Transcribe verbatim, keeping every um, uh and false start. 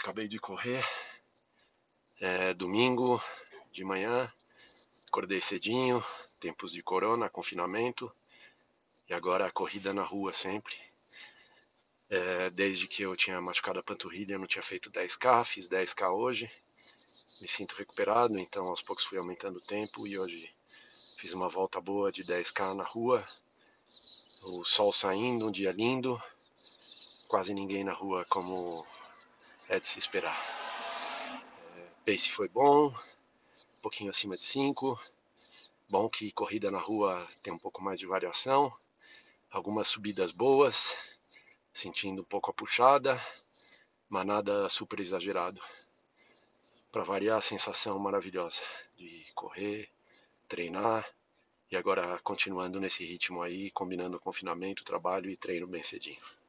Acabei de correr, é domingo de manhã, acordei cedinho, tempos de corona, confinamento, e agora a corrida na rua sempre. É, desde que eu tinha machucado a panturrilha, eu não tinha feito dez K, fiz dez K hoje, me sinto recuperado, então aos poucos fui aumentando o tempo e hoje fiz uma volta boa de dez K na rua, o sol saindo, um dia lindo, quase ninguém na rua como é de se esperar. Pace foi bom, um pouquinho acima de cinco. Bom que corrida na rua tem um pouco mais de variação, algumas subidas boas, sentindo um pouco a puxada, mas nada super exagerado. Para variar, a sensação maravilhosa de correr, treinar e agora continuando nesse ritmo aí, combinando confinamento, trabalho e treino bem cedinho.